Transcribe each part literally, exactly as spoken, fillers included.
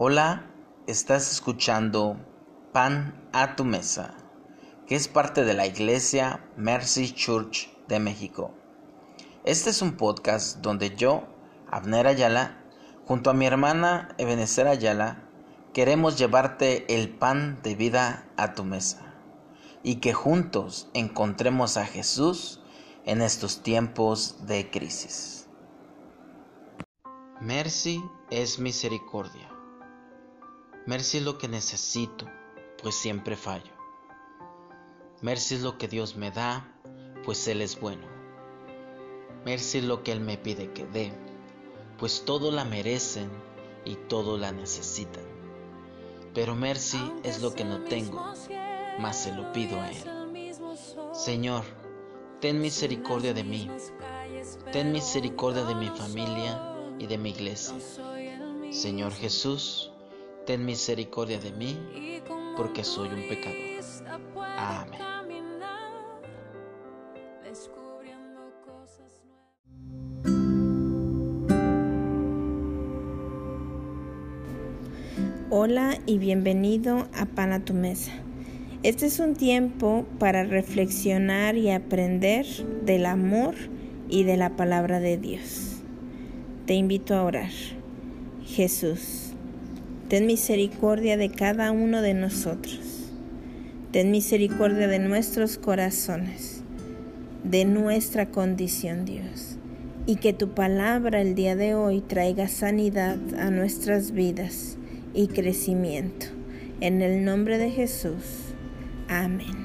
Hola, estás escuchando Pan a tu Mesa, que es parte de la Iglesia Mercy Church de México. Este es un podcast donde yo, Abner Ayala, junto a mi hermana Ebenezer Ayala, queremos llevarte el pan de vida a tu mesa y que juntos encontremos a Jesús en estos tiempos de crisis. Mercy es misericordia. Mercy es lo que necesito, pues siempre fallo. Mercy es lo que Dios me da, pues Él es bueno. Mercy es lo que Él me pide que dé, pues todo la merecen y todo la necesitan. Pero mercy es lo que no tengo, mas se lo pido a Él. Señor, ten misericordia de mí, ten misericordia de mi familia y de mi iglesia. Señor Jesús, ten misericordia de mí, porque soy un pecador. Amén. Hola y bienvenido a Pan a tu Mesa. Este es un tiempo para reflexionar y aprender del amor y de la palabra de Dios. Te invito a orar. Jesús, ten misericordia de cada uno de nosotros. Ten misericordia de nuestros corazones, de nuestra condición, Dios. Y que tu palabra el día de hoy traiga sanidad a nuestras vidas y crecimiento. En el nombre de Jesús. Amén.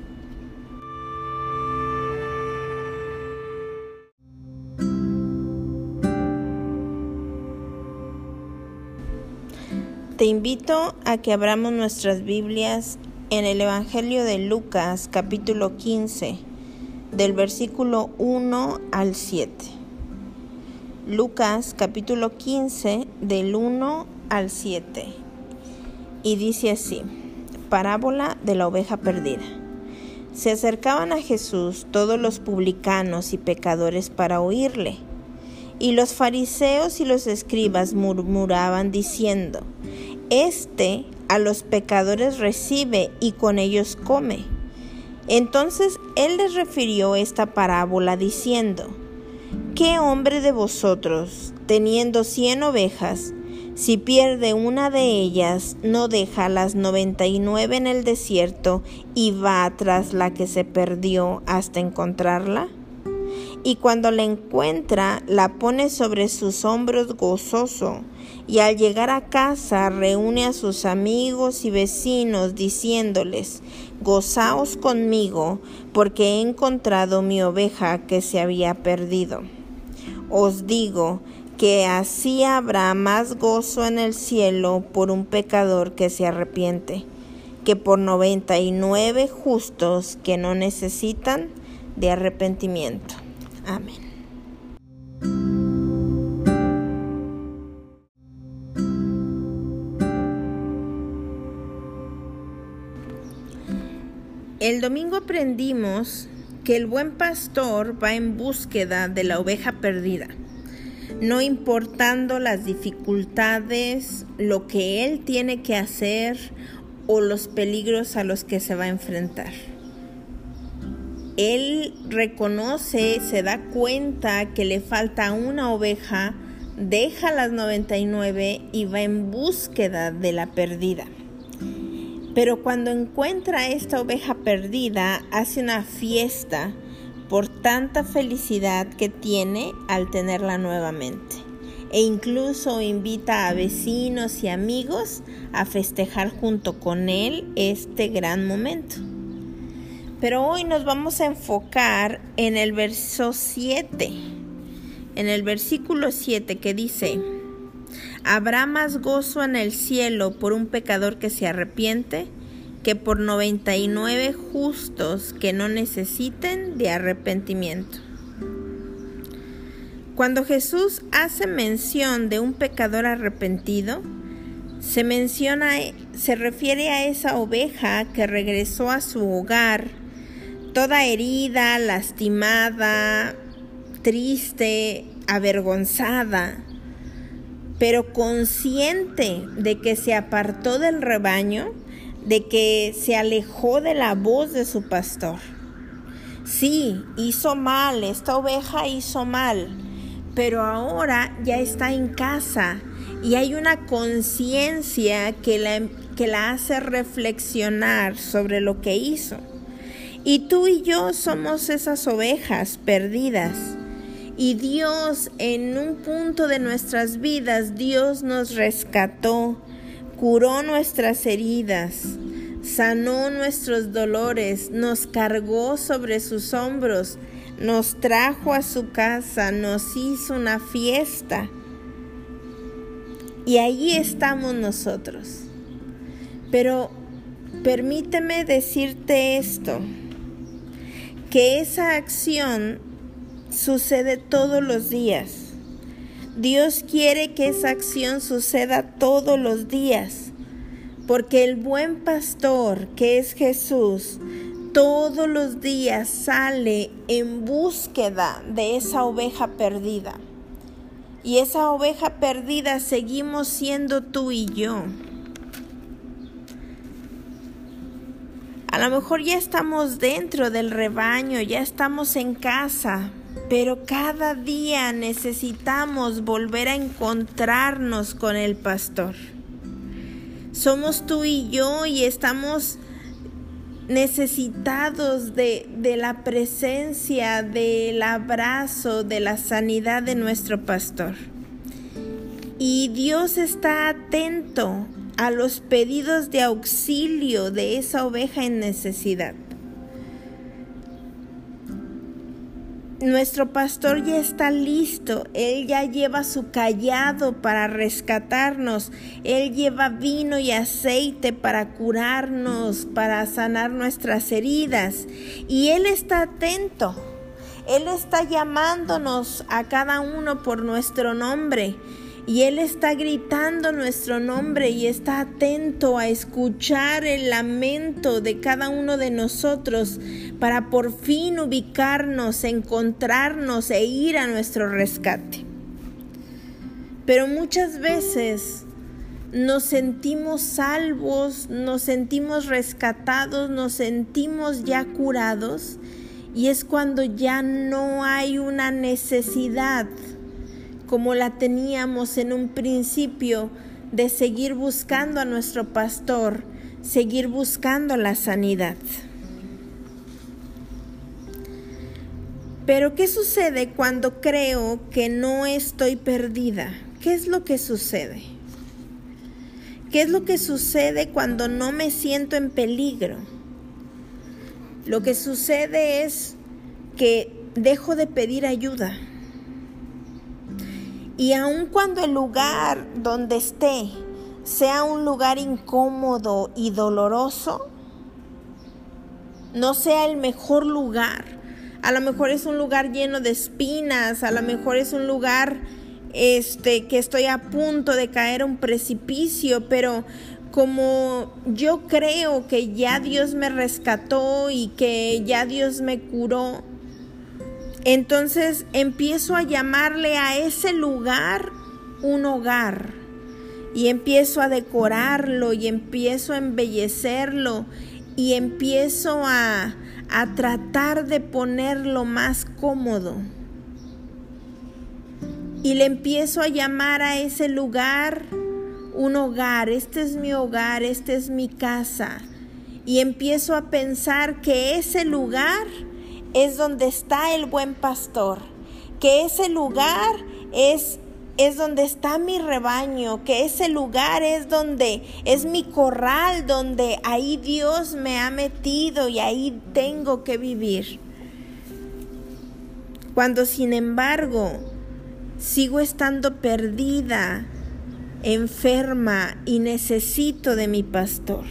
Te invito a que abramos nuestras Biblias en el Evangelio de Lucas, capítulo quince, del versículo uno al siete. Lucas, capítulo quince, del uno al siete. Y dice así: parábola de la oveja perdida. Se acercaban a Jesús todos los publicanos y pecadores para oírle. Y los fariseos y los escribas murmuraban diciendo: Este a los pecadores recibe y con ellos come. Entonces él les refirió esta parábola diciendo: ¿Qué hombre de vosotros, teniendo cien ovejas, si pierde una de ellas, no deja las noventa y nueve en el desierto y va tras la que se perdió hasta encontrarla? Y cuando la encuentra, la pone sobre sus hombros gozoso, y al llegar a casa reúne a sus amigos y vecinos diciéndoles: Gozaos conmigo, porque he encontrado mi oveja que se había perdido. Os digo que así habrá más gozo en el cielo por un pecador que se arrepiente, que por noventa y nueve justos que no necesitan de arrepentimiento. Amén. El domingo aprendimos que el buen pastor va en búsqueda de la oveja perdida, no importando las dificultades, lo que él tiene que hacer o los peligros a los que se va a enfrentar. Él reconoce, se da cuenta que le falta una oveja, deja las noventa y nueve y va en búsqueda de la perdida. Pero cuando encuentra esta oveja perdida, hace una fiesta por tanta felicidad que tiene al tenerla nuevamente. E incluso invita a vecinos y amigos a festejar junto con él este gran momento. Pero hoy nos vamos a enfocar en el verso siete, en el versículo siete, que dice: Habrá más gozo en el cielo por un pecador que se arrepiente que por noventa y nueve justos que no necesiten de arrepentimiento. Cuando Jesús hace mención de un pecador arrepentido, se menciona, se refiere a esa oveja que regresó a su hogar, toda herida, lastimada, triste, avergonzada, pero consciente de que se apartó del rebaño, de que se alejó de la voz de su pastor. Sí, hizo mal, esta oveja hizo mal, pero ahora ya está en casa y hay una conciencia que la, que la hace reflexionar sobre lo que hizo. Y tú y yo somos esas ovejas perdidas. Y Dios, en un punto de nuestras vidas, Dios nos rescató, curó nuestras heridas, sanó nuestros dolores, nos cargó sobre sus hombros, nos trajo a su casa, nos hizo una fiesta. Y ahí estamos nosotros. Pero permíteme decirte esto, que esa acción sucede todos los días. Dios quiere que esa acción suceda todos los días, porque el buen pastor, que es Jesús, todos los días sale en búsqueda de esa oveja perdida. Y esa oveja perdida seguimos siendo tú y yo. A lo mejor ya estamos dentro del rebaño, ya estamos en casa, pero cada día necesitamos volver a encontrarnos con el pastor. Somos tú y yo y estamos necesitados de, de la presencia, del abrazo, de la sanidad de nuestro pastor. Y Dios está atento a los pedidos de auxilio de esa oveja en necesidad. Nuestro pastor ya está listo, Él ya lleva su cayado para rescatarnos, Él lleva vino y aceite para curarnos, para sanar nuestras heridas, y Él está atento, Él está llamándonos a cada uno por nuestro nombre, y Él está gritando nuestro nombre y está atento a escuchar el lamento de cada uno de nosotros para por fin ubicarnos, encontrarnos e ir a nuestro rescate. Pero muchas veces nos sentimos salvos, nos sentimos rescatados, nos sentimos ya curados, y es cuando ya no hay una necesidad como la teníamos en un principio, de seguir buscando a nuestro pastor, seguir buscando la sanidad. Pero ¿qué sucede cuando creo que no estoy perdida? ¿Qué es lo que sucede? ¿Qué es lo que sucede cuando no me siento en peligro? Lo que sucede es que dejo de pedir ayuda. Y aun cuando el lugar donde esté sea un lugar incómodo y doloroso, no sea el mejor lugar, a lo mejor es un lugar lleno de espinas, a lo mejor es un lugar este, que estoy a punto de caer a un precipicio, pero como yo creo que ya Dios me rescató y que ya Dios me curó, entonces empiezo a llamarle a ese lugar un hogar y empiezo a decorarlo y empiezo a embellecerlo y empiezo a, a tratar de ponerlo más cómodo. Y le empiezo a llamar a ese lugar un hogar. Este es mi hogar, esta es mi casa. Y empiezo a pensar que ese lugar es donde está el buen pastor, que ese lugar es, es donde está mi rebaño, que ese lugar es donde es mi corral, donde ahí Dios me ha metido y ahí tengo que vivir. Cuando sin embargo sigo estando perdida, enferma y necesito de mi pastor.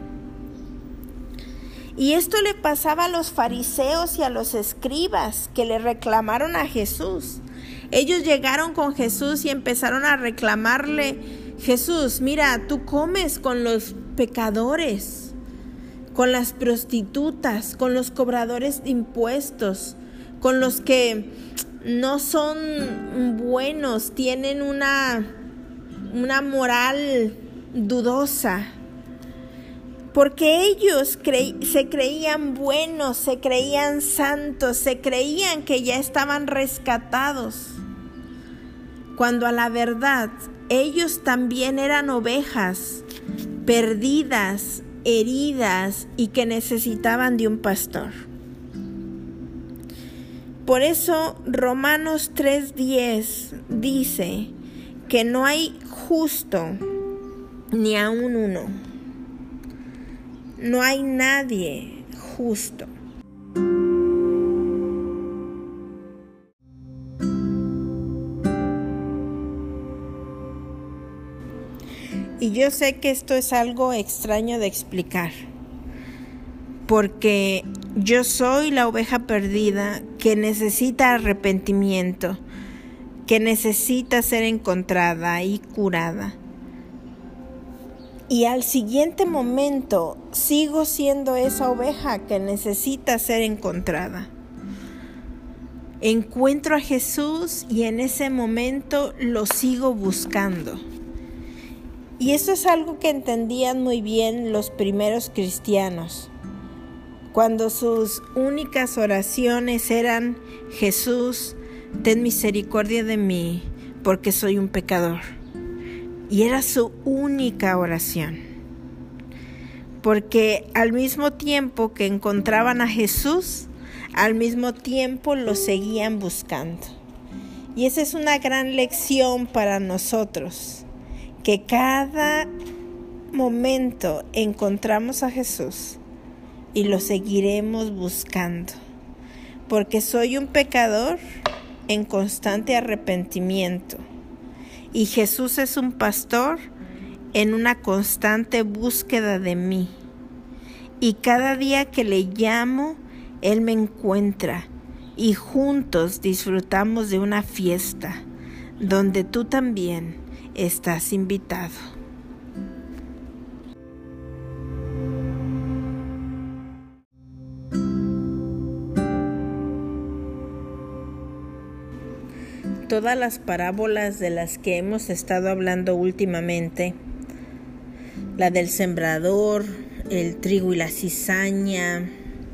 Y esto le pasaba a los fariseos y a los escribas que le reclamaron a Jesús. Ellos llegaron con Jesús y empezaron a reclamarle: Jesús, mira, tú comes con los pecadores, con las prostitutas, con los cobradores de impuestos, con los que no son buenos, tienen una una moral dudosa, porque ellos cre- se creían buenos, se creían santos, se creían que ya estaban rescatados, cuando a la verdad ellos también eran ovejas perdidas, heridas y que necesitaban de un pastor. Por eso Romanos tres diez dice que no hay justo ni aun uno. No hay nadie justo. Y yo sé que esto es algo extraño de explicar, porque yo soy la oveja perdida que necesita arrepentimiento, que necesita ser encontrada y curada. Y al siguiente momento sigo siendo esa oveja que necesita ser encontrada. Encuentro a Jesús y en ese momento lo sigo buscando. Y eso es algo que entendían muy bien los primeros cristianos, cuando sus únicas oraciones eran: Jesús, ten misericordia de mí, porque soy un pecador. Y era su única oración, porque al mismo tiempo que encontraban a Jesús, al mismo tiempo lo seguían buscando. Y esa es una gran lección para nosotros, que cada momento encontramos a Jesús y lo seguiremos buscando, porque soy un pecador en constante arrepentimiento y Jesús es un pastor en una constante búsqueda de mí, y cada día que le llamo, Él me encuentra y juntos disfrutamos de una fiesta donde tú también estás invitado. Todas las parábolas de las que hemos estado hablando últimamente, la del sembrador, el trigo y la cizaña,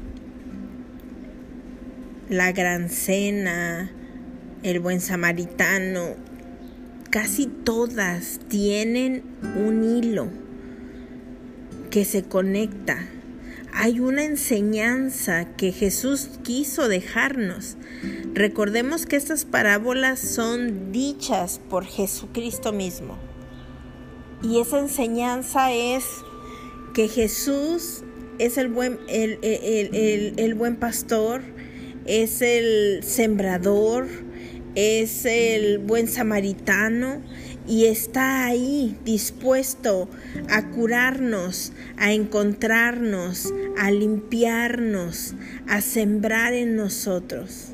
la gran cena, el buen samaritano, casi todas tienen un hilo que se conecta. Hay una enseñanza que Jesús quiso dejarnos. Recordemos que estas parábolas son dichas por Jesucristo mismo. Y esa enseñanza es que Jesús es el buen, el, el, el, el buen pastor, es el sembrador, es el buen samaritano y está ahí dispuesto a curarnos, a encontrarnos, a limpiarnos, a sembrar en nosotros.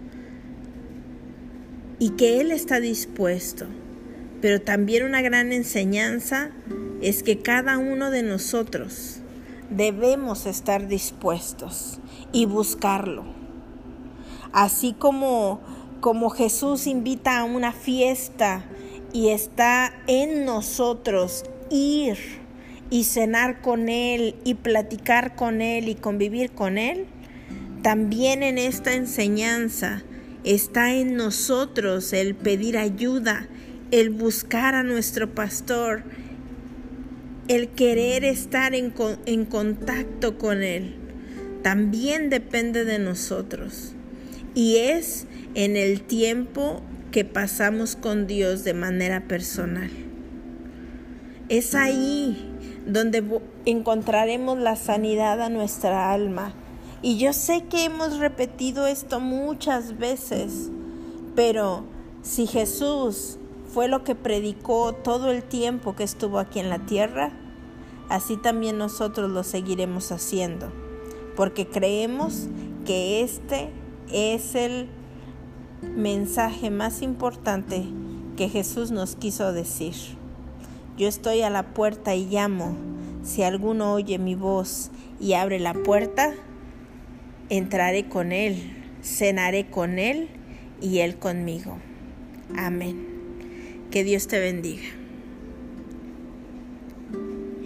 Y que Él está dispuesto. Pero también una gran enseñanza es que cada uno de nosotros debemos estar dispuestos y buscarlo. Así como, como Jesús invita a una fiesta y está en nosotros ir y cenar con Él y platicar con Él y convivir con Él, también en esta enseñanza está en nosotros el pedir ayuda, el buscar a nuestro pastor, el querer estar en, en contacto con Él. También depende de nosotros. Y es en el tiempo que pasamos con Dios de manera personal. Es ahí donde encontraremos la sanidad a nuestra alma. Y yo sé que hemos repetido esto muchas veces, pero si Jesús fue lo que predicó todo el tiempo que estuvo aquí en la tierra, así también nosotros lo seguiremos haciendo, porque creemos que este es el mensaje más importante que Jesús nos quiso decir. Yo estoy a la puerta y llamo. Si alguno oye mi voz y abre la puerta, entraré con Él, cenaré con Él y Él conmigo. Amén. Que Dios te bendiga.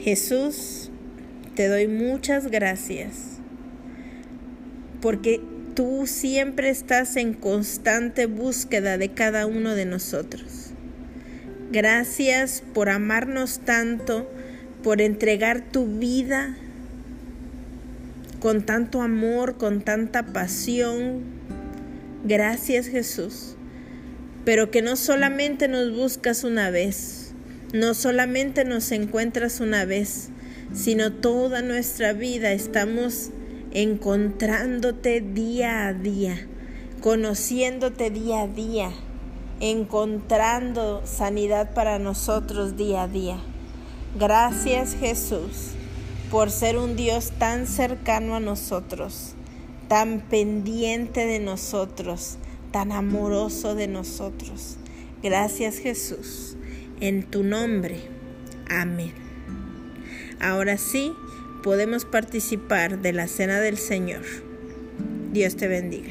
Jesús, te doy muchas gracias porque tú siempre estás en constante búsqueda de cada uno de nosotros. Gracias por amarnos tanto, por entregar tu vida con tanto amor, con tanta pasión. Gracias, Jesús. Pero que no solamente nos buscas una vez, no solamente nos encuentras una vez, sino toda nuestra vida estamos encontrándote día a día, conociéndote día a día, encontrando sanidad para nosotros día a día. Gracias, Jesús, por ser un Dios tan cercano a nosotros, tan pendiente de nosotros, tan amoroso de nosotros. Gracias, Jesús, en tu nombre. Amén. Ahora sí, podemos participar de la cena del Señor. Dios te bendiga.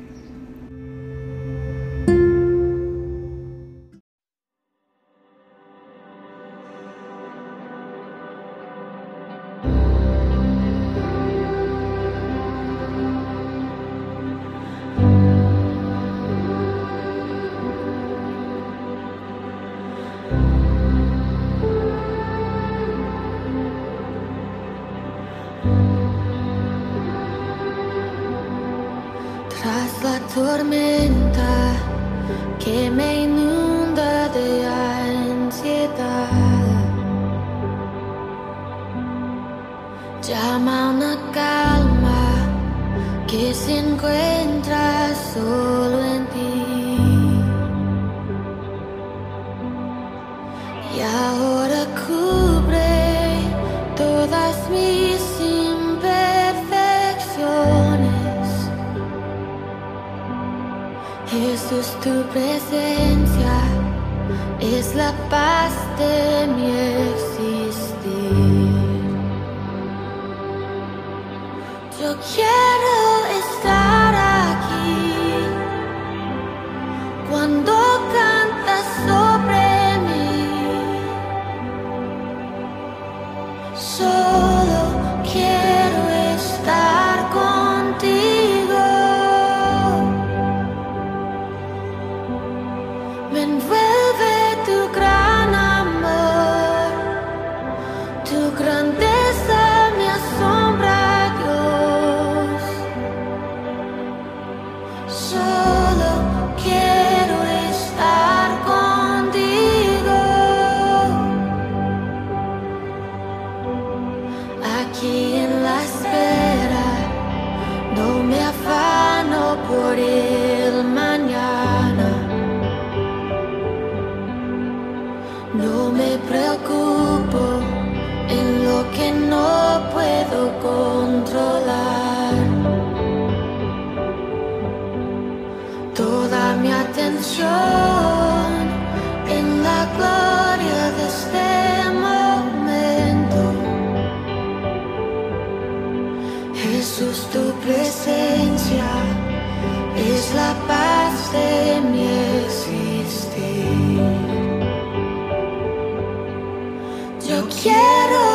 Tras la tormenta que me inunda de ansiedad, llama una calma que se encuentra solo en ti. Y ahora cubre todas mis imperfecciones. Jesús, tu presencia es la paz de mi existir. Yo quiero estar aquí cuando cantas sobre mí. Solo quiero estar contigo. Me envuelve tu gran amor, tu grandeza me asombra, Dios. Solo quiero estar contigo. Aquí en la espera no me afano por el mañana. No me preocupo en lo que no puedo controlar. Toda mi atención en la gloria de este momento. Jesús, tu presencia es la paz de mi existir. Yo quiero